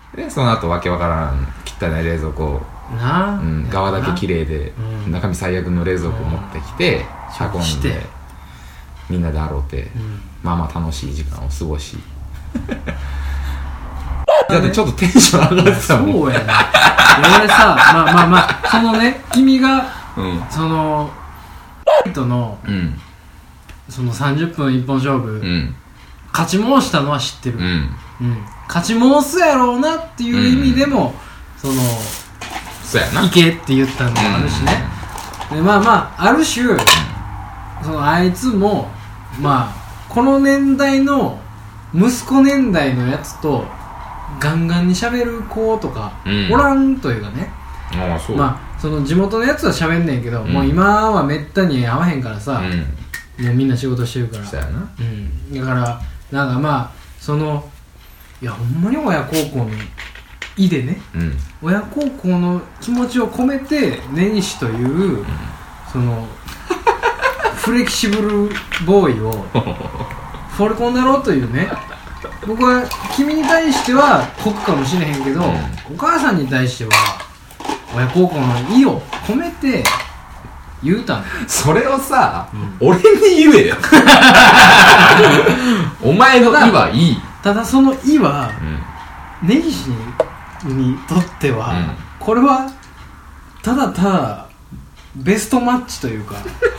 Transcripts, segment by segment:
でその後わけわからん汚い冷蔵庫な、 うん、側だけ綺麗で、うん、中身最悪の冷蔵庫持ってきて、運んでみんなで洗うて、うん、まあまあ楽しい時間を過ごしだってちょっとテンション上がってたもん。 そうやね。俺さ、まあそのね、君が、うん、そのとの、うん、その30分一本勝負、うん、勝ち申したのは知ってる、うんうん、勝ち申すやろうなっていう意味でも、うん、 そうやな、 行けって言ったのもあるしね、うん、でまあある種、そのあいつもまあこの年代の息子年代のやつとガンガンに喋る子とか、おらんというかね、 ああそう、 まあその地元のやつは喋んねんけど、もう今はめったに会わへんからさ、もうみんな仕事してるから、 そうやな、 だからなんかまあいやほんまに親孝行の意でね、親孝行の気持ちを込めて根岸という、そのフレキシブルボーイをフォルコンだろうというね、僕は君に対しては酷かもしれへんけど、お母さんに対しては親孝行の意を込めて言うたんだ。 それをさ、俺に言えよお前の意はいい。 ただその意は、根岸にとっては、これはただベストマッチというか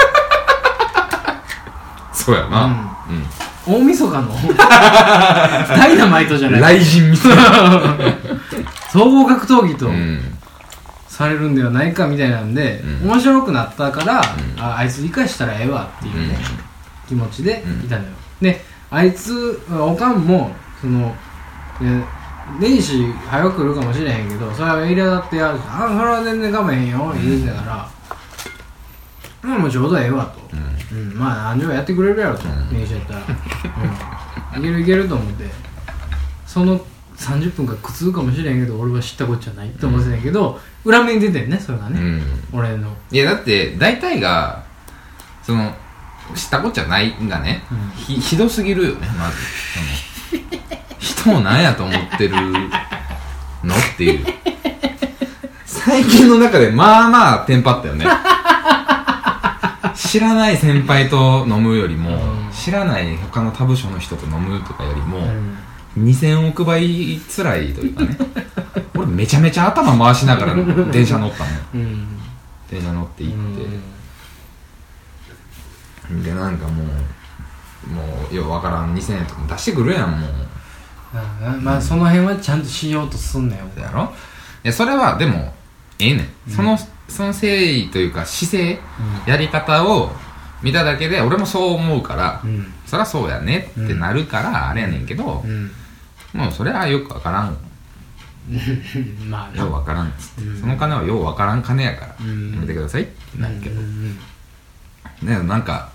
そうやな、 大晦日のダイナマイトじゃない、 雷神みたいな総合格闘技と、されるんではないかみたいなんで、面白くなったから、あいつ理解したらええわっていうね、気持ちでいたのよ、であいつおかんもその年始早く来るかもしれへんけど、それは入れだってやるし、それは全然構えへんよ言うてたから、もうちょうどええわと、まあ何十はやってくれるやろと、年始やったら、いけると思って、その30分が苦痛かもしれんけど俺は知ったこっちゃないって思ってたんやけど、裏面に出てんね、それがね、俺の。 いやだって大体がその知ったこっちゃないんがね、ひどすぎるよね、まず人を何やと思ってるのっていう最近の中でまあまあテンパったよね知らない先輩と飲むよりも、知らない他の他部署の人と飲むとかよりも、2000億倍辛いというかね俺めちゃめちゃ頭回しながら電車乗ったの、電車乗って行って、でなんかもうようわからん2000円とか出してくるやんもう、 まあその辺はちゃんとしようとすんなよ。 やろ。いやそれはでもええねん、その誠意というか姿勢、やり方を見ただけで俺もそう思うから、そりゃそうやねってなるからあれやねんけど、もうそれはよくわからんまあようわからんっつって、その金はようわからん金やからやめてくださいってなるけど、ね、なんか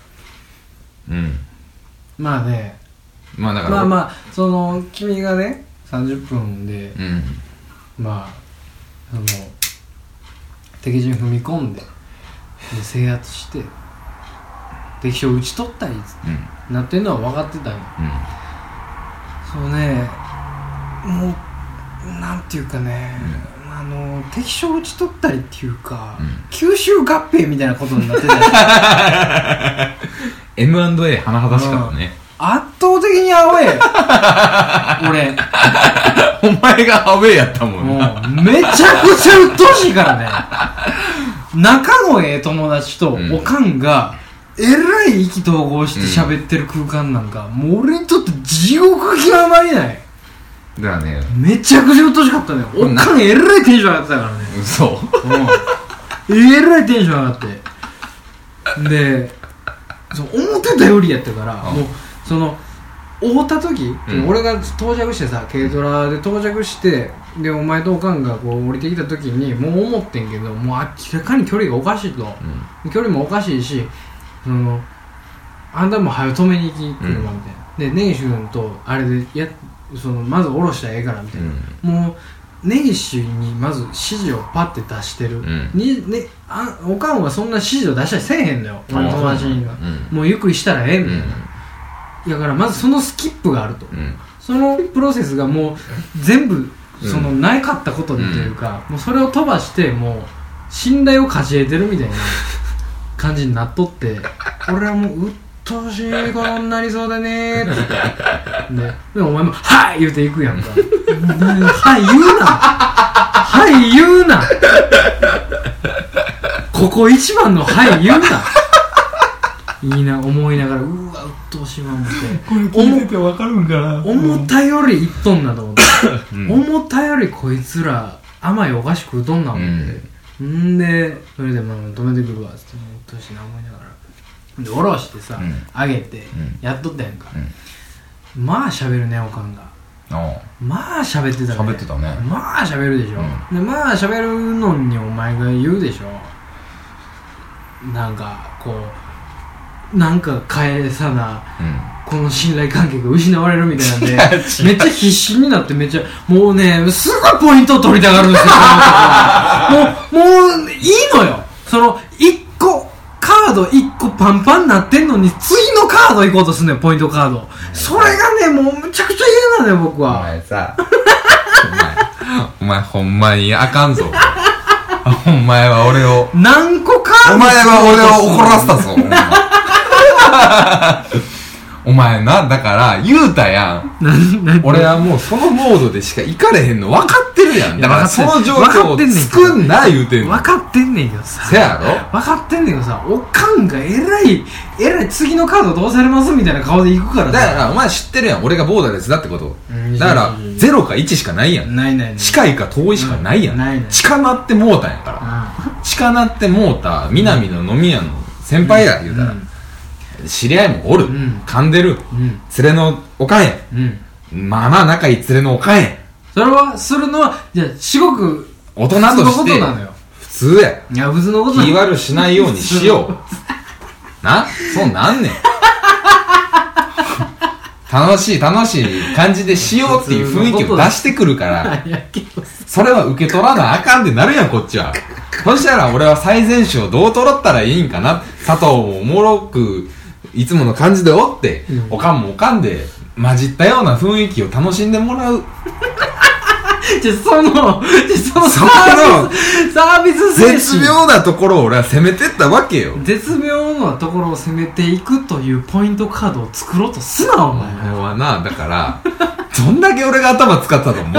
まあね、 まあだからまあその君がね30分で、まあその敵陣踏み込んで制圧して敵将を討ち取ったりなってるのは分かってたんよ、そうね、もうなんていうかね、敵将を討ち取ったりっていうか、吸収合併みたいなことになってた M&A 甚だしかったね、 圧倒的にアウェー俺お前がアウェーやったもんな。 もうめちゃくちゃ鬱陶しいからね仲のええ友達とおかんがえらい意気投合して喋ってる空間なんか、もう俺にとって地獄極まりない。 だからね、 めちゃくちゃ鬱陶しかったね。おかんえらいテンション上がってたからね。 嘘。 えらいテンション上がってで、思ってたよりやったから、もうその会った時、俺が到着してさ、軽トラで到着して、でお前とおかんがこう降りてきた時にもう思ってんけど、もう明らかに距離がおかしいと、距離もおかしいし、あんたも早く止めに行き車みたいな、で根岸君とあれでまず下ろしたらええからみたいな、もう根岸にまず指示をパッて出してる、おかんはそんな指示を出したりせえへんのよ、友達には、もうゆっくりしたらええみたいな、だからまずそのスキップがあると、そのプロセスがもう全部そのなかったことでというか、もうそれを飛ばしてもう信頼を勝ち得てるみたいな感じになっとって俺はもう鬱陶しい子になりそうだねーって言ってでお前も「はい!」言うていくやんかはい言うなはい言うなここ一番のはい言うないいな思いながらうわ鬱陶しいわ思ってこれ聞いてて分かるんかな思ったよりいっとんなと思って、思ったよりこいつら甘いお菓子食うとんな思って、んでそれでまあ止めてくるわっつって鬱陶しいな思いながらでおろしてさ、あげて、やっとったやんか、まあ喋るねおかんがまあ喋ってたね喋ってたねまあ喋るでしょ、でまあ喋るのにお前が言うでしょなんかこうなんか返さな、この信頼関係が失われるみたいなんでめっちゃ必死になってめっちゃもうねすごいポイントを取りたがるんですよもういいのよその1個カード1個パンパンになってんのに次のカード行こうとすんのよポイントカードそれがねもうむちゃくちゃ嫌なのよ僕はお前さお前ほんまにあかんぞお前は俺を何個カードお前は俺を怒らせたぞお前なだから言うたやん俺はもうそのモードでしか行かれへんの分かってるやんだからその状況を作んな言うてんの分かってんねんけどさせやろ分かってんねんけどさおかんがえらい次のカードどうされますみたいな顔で行くからさだからお前知ってるやん俺がボーダーレスだってこと、だから0か1しかないやんない近いか遠いしかないやん、 ない近なってもうたんやから、近なってもうた南の飲み屋の先輩や言うたら、知り合いもおる、噛んでる、連れのおかんや、まあまあ仲いい連れのおかんやそれはするのはじゃあすごく大人として普通やいや普通のこと気悪しないようにしようなそうなんねん楽しい感じでしようっていう雰囲気を出してくるからそれは受け取らなあかんってなるやんこっちはそしたら俺は最善手をどう取ったらいいんかな佐藤もおもろくいつもの感じでおって、おかんもおかんで混じったような雰囲気を楽しんでもらうじゃそのサービス精神絶妙なところを俺は攻めてったわけよ絶妙なところを攻めていくというポイントカードを作ろうとすなお前はなだからどんだけ俺が頭使ったと思う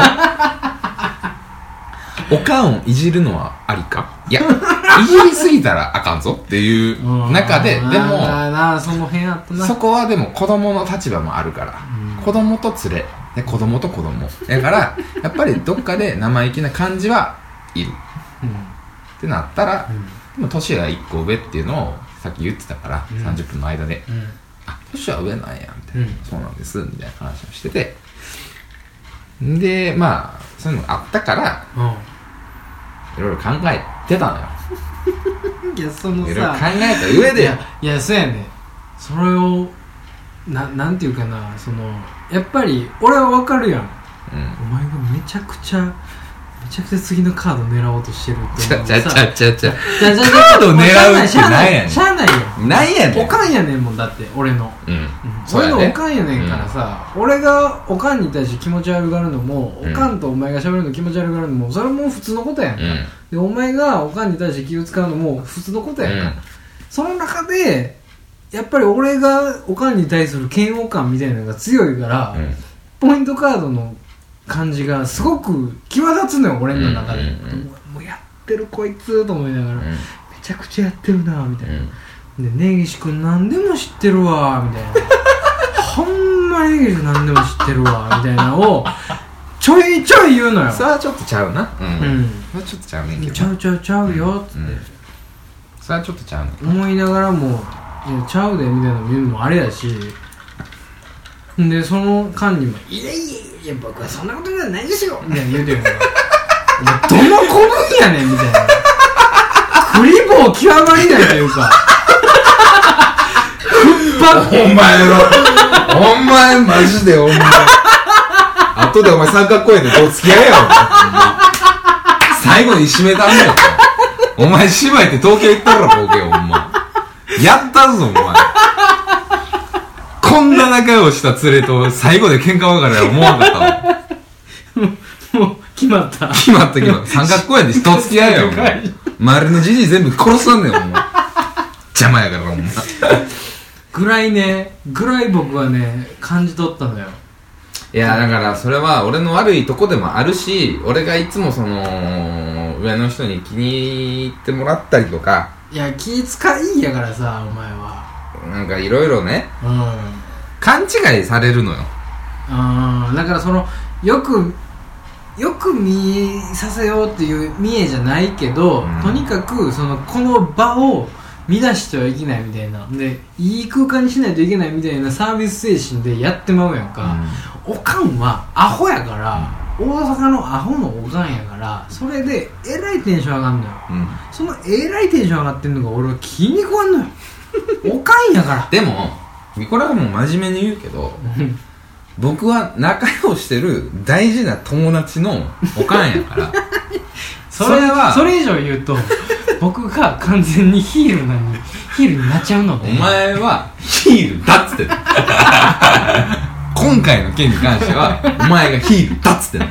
おかんをいじるのはありかいやいじりすぎたらあかんぞっていう中ででもその辺あったなそこはでも子供の立場もあるから、子供と連れで子供と子供だからやっぱりどっかで生意気な感じはいる、ってなったら、でも年が1個上っていうのをさっき言ってたから、30分の間で、あ年は上なんやみたいな、そうなんですみたいな話をしててでまあそういうのがあったからいろいろ考えてたのよいやそのさいろいろ考えた上でいやそうやねそれをなんていうかなそのやっぱり俺は分かるやん、お前がめちゃくちゃ次のカード狙おうとしてるっていうのさカード狙うってなんやねんしゃあないよなんやねんおかんやねんもんだって俺の、俺のおかんやねんからさ、俺がおかんに対して気持ち悪がるのも、おかんとお前が喋るの気持ち悪がるのもそれはもう普通のことやんか、でお前がおかんに対して気を使うのも普通のことやんか、その中でやっぱり俺がおかんに対する嫌悪感みたいなのが強いから、ポイントカードの感じがすごく際立つのよ俺の中で、もうやってるこいつと思いながら、めちゃくちゃやってるなみたいな、で根岸君何でも知ってるわみたいなほんま根岸何でも知ってるわみたいなのをちょいちょい言うのよそれはちょっとちゃうなそれはちょっとちゃうねんけどちゃうよっつって、 それはちょっとちゃうねん思いながらもいやちゃうでみたいなの言うのもあれやしでその間にもいや僕はそんなことじゃないですよみたいな言うてるからどの子分やねんみたいなクリボー極まりないというかお前マジでお前後でお前三角公園でどう付き合えよ最後に締めたんだよお前芝居って東京行ったらボケよお前やったぞお前こんな仲良した連れと最後で喧嘩別れは思わなかったわもう決まった三角公園で人付き合えよ周りのじじい全部殺さんねんお前邪魔やからお前ぐらい僕はね感じ取ったのよ。 いやだからそれは俺の悪いとこでもあるし、俺がいつもその上の人に気に入ってもらったりとか、 いや気遣いやからさお前はなんかいろいろね、 う勘違いされるのよ。 だからそのよく見させようっていう見栄じゃないけど、とにかくそのこの場を乱してはいけないみたいなでいい空間にしないといけないみたいなサービス精神でやってまうやんか、おかんはアホやから、大阪のアホのおかんやから、それでえらいテンション上がんのよ、そのえらいテンション上がってんのが俺は気に食わんのよおかんやからでもこれはもう真面目に言うけど僕は仲良してる大事な友達のおかんやからそれ以上言うと僕が完全にヒールになっちゃうので、 お前はヒールだっつって今回の件に関してはお前がヒールだっつって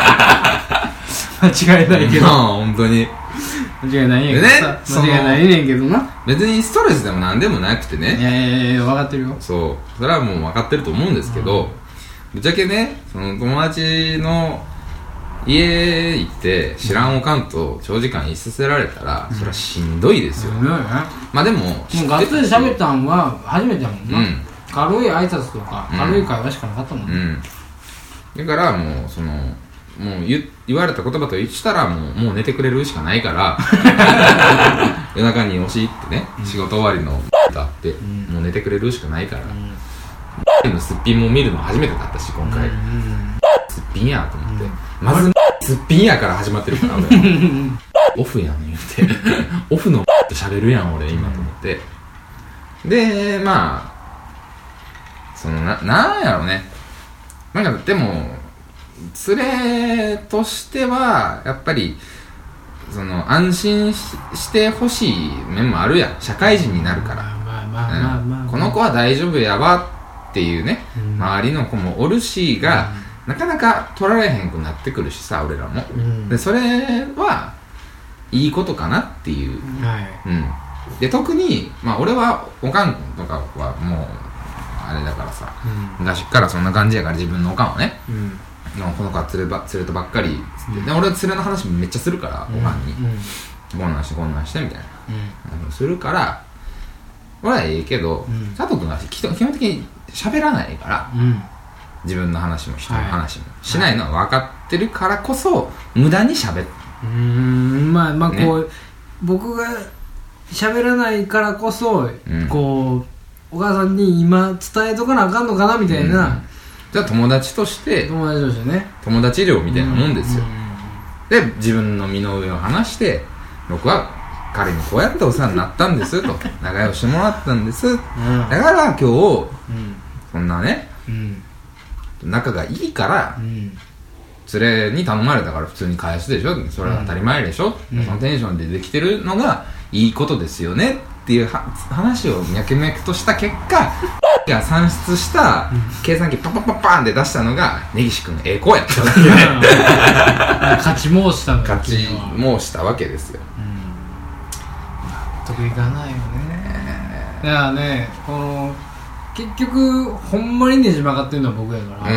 間違いないけど本当に間違いないんやけどさ、間違いないねんけどな。 別にストレスでも何でもなくてね、 いや分かってるよ。 そうそれはもう分かってると思うんですけど、ぶっちゃけねその友達の家行って知らんおかんと長時間居させられたら、それはしんどいですよ、まあでももうがっつり喋ったんは初めてやもんな、軽い挨拶とか軽い会話しかなかったもんね、 だからもうそのもう言われた言葉と一致したらもう寝てくれるしかないから夜中に押し入ってね、仕事終わりのがあって、もう寝てくれるしかないから、のすっぴんも見るの初めてだったし今回、すっぴんやと思って、まずすっぴんやから始まってるから俺オフやん言うてオフのと喋るやん俺今と思って、でまあそのなんやろね、なんかでも連れとしてはやっぱりその安心してほしい面もあるやん、社会人になるから、この子は大丈夫やわっていうね、周りの子もおるしが、なかなか取られへんくなってくるしさ俺らも、でそれはいいことかなっていう、で特にまあ俺はおかんとかはもうあれだからさ、昔からそんな感じやから自分のおかんはね、この子は連れたばっかりっつって、で俺は連れの話めっちゃするからおかんに、こんなんしてみたいな、するから俺はええけど、佐藤君は基本的に喋らないから、自分の話も人の話もしないのは分かってるからこそ無駄に喋ってまあこう、僕が喋らないからこそ、こうお母さんに今伝えとかなあかんのかなみたいな、 じゃあ友達としてね、 友達寮みたいなもんですよ、で自分の身の上を話して、僕は彼にこうやってお世話になったんですと仲良くしてもらったんです、だから今日、そんなね、仲がいいから、連れに頼まれたから普通に返すでしょ、それは当たり前でしょ、そのテンションでできてるのがいいことですよねっていう話を脈々とした結果が算出した計算機パンって出したのが根岸君の栄光やったわけで勝ち申したの勝ち申したわけですよ。 納得いかないよね。だからね、この結局ほんまにねじ曲がってるのは僕やから、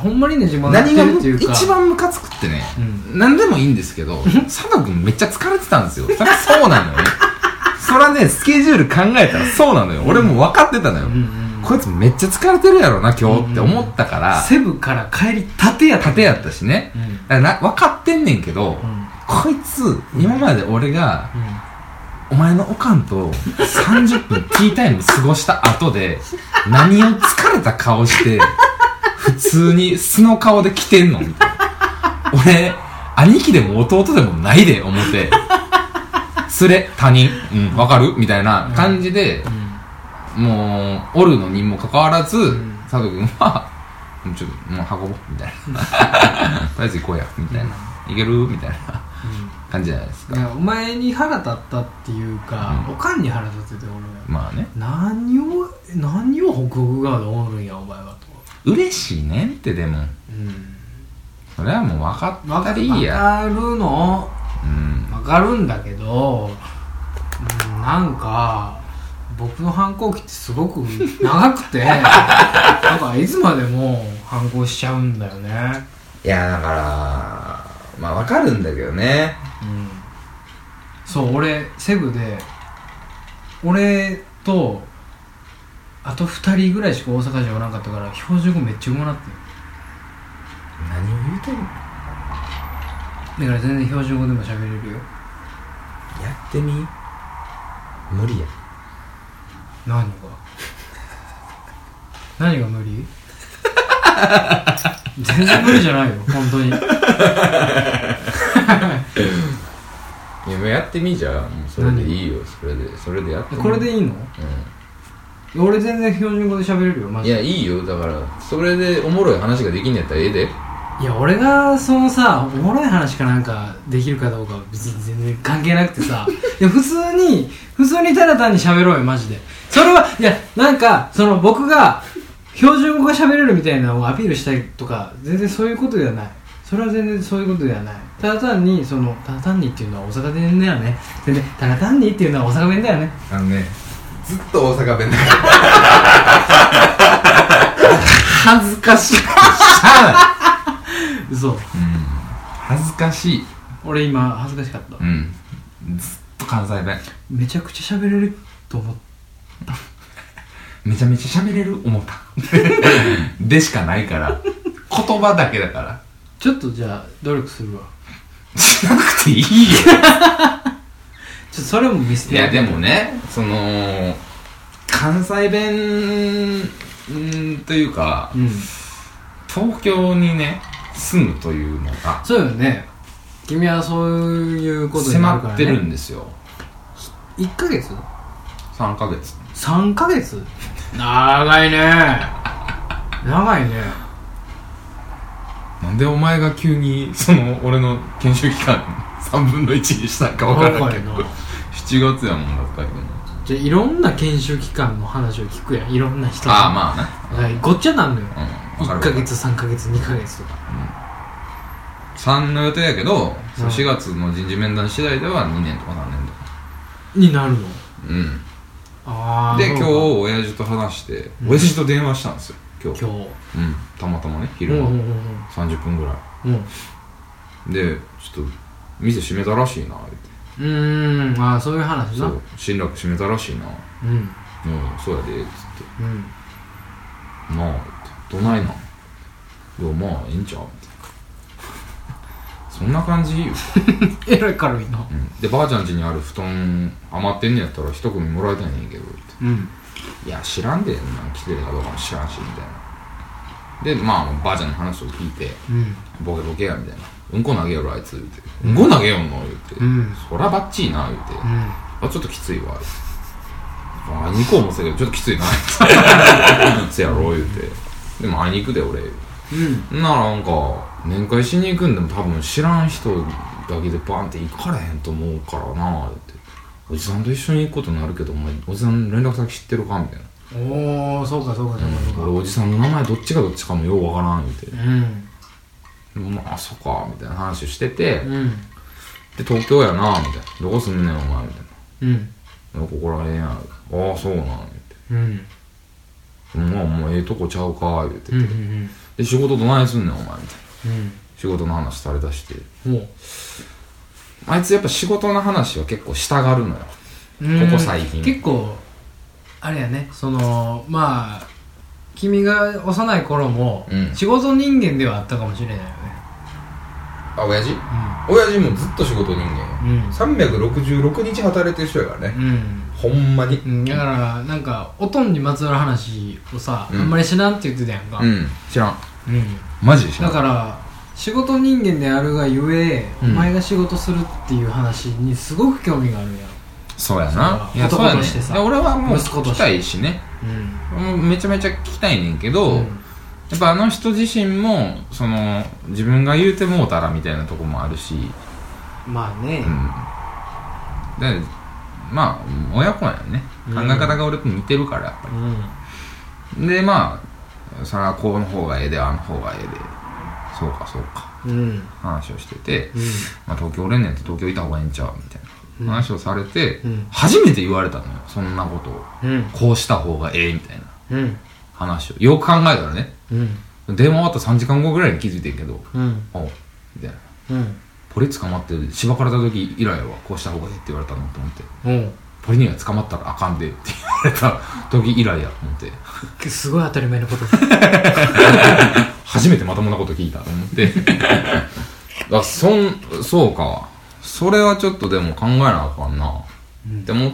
ほんまにねじ曲がってるっていうか、 何が一番ムカつくってね、何でもいいんですけど佐藤君めっちゃ疲れてたんですよ。そりゃそうなのよねそりゃね、スケジュール考えたらそうなのよ。俺も分かってたのよ、こいつめっちゃ疲れてるやろな今日って思ったから、 セブから帰りたてやったしね、だから分かってんねんけど、こいつ今まで俺が、お前のおかんと30分ティータイム過ごした後で何を疲れた顔して普通に素の顔で来てんのみたいな。俺兄貴でも弟でもないで思って他人わかるみたいな感じで、もうおるのにもかかわらず、佐藤君はちょっともう運ぼうみたいなとりあえず行こうやみたいな、いけるみたいな感じじゃないですか。 いやお前に腹立ったっていうか、おかんに腹立ってて俺まあね、 何を北北側でおるんやお前はと。 嬉しいねんって。でもそれはもう分かったでいいや。 分かるの、分かるんだけど、なんか僕の反抗期ってすごく長くてなんかいつまでも反抗しちゃうんだよね。 いやだからまあ分かるんだけどね。 そう俺セブで俺とあと2人ぐらいしか大阪じゃおらんかったから標準語めっちゃうまなってる。 何を言うてんの。 だから全然標準語でも喋れるよ。 やってみ。無理や。 何が無理全然無理じゃないよ本当に。 いややってみじゃん。もうそれでいいよ。それでやってみ。 これでいいの？俺全然標準語で喋れるよマジで。 いやいいよ。だからそれでおもろい話ができんやったらええで。 いや俺がそのさおもろい話かなんかできるかどうかは別に全然関係なくてさいや普通にただ単に喋ろうよマジで。それはいやなんかその僕が標準語が喋れるみたいなのをアピールしたいとか全然そういうことではない。それは全然そういうことではない。ただ単にっていうのは大阪弁だよね。全然ただ単にっていうのは大阪弁だよね。 ずっと大阪弁だから恥ずかしい。しゃあない。 嘘。 恥ずかしい。 俺今恥ずかしかった。 ずっと関西弁。 めちゃくちゃ喋れると思った。 めちゃめちゃ喋れる思ったでしかないから言葉だけだから。 ちょっとじゃあ努力するわ。 しなくていいよそれも見せて。 いやでもねその関西弁というか、東京にね住むというのがそうよね。君はそういうことになるからね。迫ってるんですよ。 1ヶ月 3ヶ月 3ヶ月長いね長いね。 なんでお前が急にその俺の研修期間3分の1にしたんか分からんけど7月やもんだったけど。 じゃあいろんな研修期間の話を聞くやん。いろんな人の。 まあね。 ごっちゃなんのよ、1ヶ月3ヶ月2ヶ月とか、 3の予定やけど、4月の人事面談次第では2年とか3年とかになるの。で今日親父と話して、親父と電話したんですよ今日。たまたまね昼間30分ぐらいで、ちょっと店閉めたらしいな言って。 そういう話な。 そう新楽閉めたらしいな。もうそうやでっつってまあどないなん。いやまあいいんちゃうみたいなそんな感じよえらい軽いな。 でばあちゃん家にある布団余ってんねやったら一組もらいたいねんけどって。いや知らんでんな来てるかどうかも知らんしみたいな。でまあばあちゃんの話を聞いてボケボケやみたいな。うんこ投げよるあいつ言うて。うんこ投げよんの言うて。そらバッチリな言うて。ちょっときついわ言うて。会いに行こう思ってたけどちょっときついな言うてせやろ言うて。でも会いに行くで俺なんか面会しに行くんでも多分知らん人だけでバンって行かれへんと思うからなって。おじさんと一緒に行くことになるけどお前おじさん連絡先知ってるかみたいな。 そうか俺おじさんの名前どっちがどっちかもようわからん言うて。まあそっかみたいな話をしてて、で東京やなみたいな。どこ住んねんお前みたいな。ここらへんや。そうなん言うて。まあもうええとこちゃうか言うてて。で仕事どないすんねんお前みたいな。仕事の話されだして、あいつやっぱ仕事の話は結構したがるのよここ最近。結構あれやね。そのまあ君が幼い頃も仕事人間ではあったかもしれないよね。 親父、親父もずっと仕事人間よ、366日働いてる人やからね、ほんまに、 だからなんかおとんにまつわる話をさ、あんまり知らんって言ってたやんか。 知らん、マジで知らん。 だから仕事人間であるがゆえ、お前が仕事するっていう話にすごく興味があるやん。 そうやな。いやそうやね。俺はもう聞きたいしね、めちゃめちゃ聞きたいねんけど、やっぱあの人自身もその自分が言うてもうたらみたいなとこもあるし。 まあね、 でまあ親子やね、考え方が俺と似てるからやっぱり、でまあそれはこの方がええであの方がええで、そうか話をしてて、 うんまあ、東京おれんねんって東京いた方がええんちゃうみたいうんな話をされて、 うん初めて言われたのよ、そんなことを。 うんこうした方がええみたいなうん話をよく考えたらね、 うん電話終わった3時間後ぐらいに気づいてんけど、 うんおうみたいな、 うんポリ捕まってしばかれた時以来はこうした方がいいって言われたのと思って、 うんポリには捕まったらあかんでって言われた時以来やと思ってすごい当たり前のこと初めてまともなこと聞いたと思ってあ、そうか、それはちょっとでも考えなあかんな、って思って、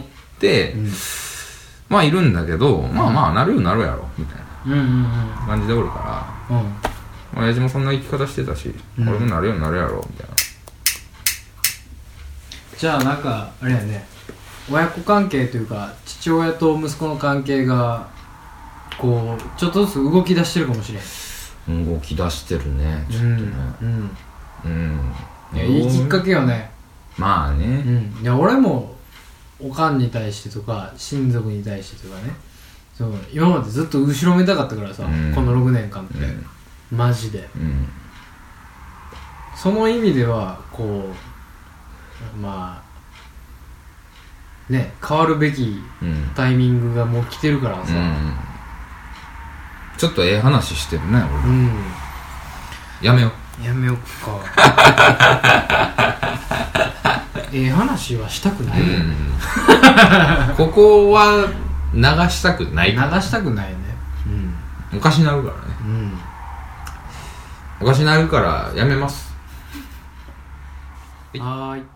まあいるんだけど、まあまあなるよなるやろみたいな感じでおるから、親父もそんな生き方してたし、俺もなるようになるやろみたいな。 じゃあなんかあれやね、親子関係というか父親と息子の関係がこうちょっとずつ動き出してるかもしれん。 動き出してるね、ちょっとね。 いや、いいきっかけよね。 まあね。 いや、俺もおかんに対してとか親族に対してとかね、そう今までずっと後ろめたかったからさ、この6年間って、マジで、その意味ではこうまあね、変わるべきタイミングがもう来てるからさ、 ちょっとええ話してるね、俺。やめよう。やめよっか。ええ話はしたくないよ、 ここは流したくない。 流したくないね。 おかしなるからね。おかしなるからやめます。 はーい。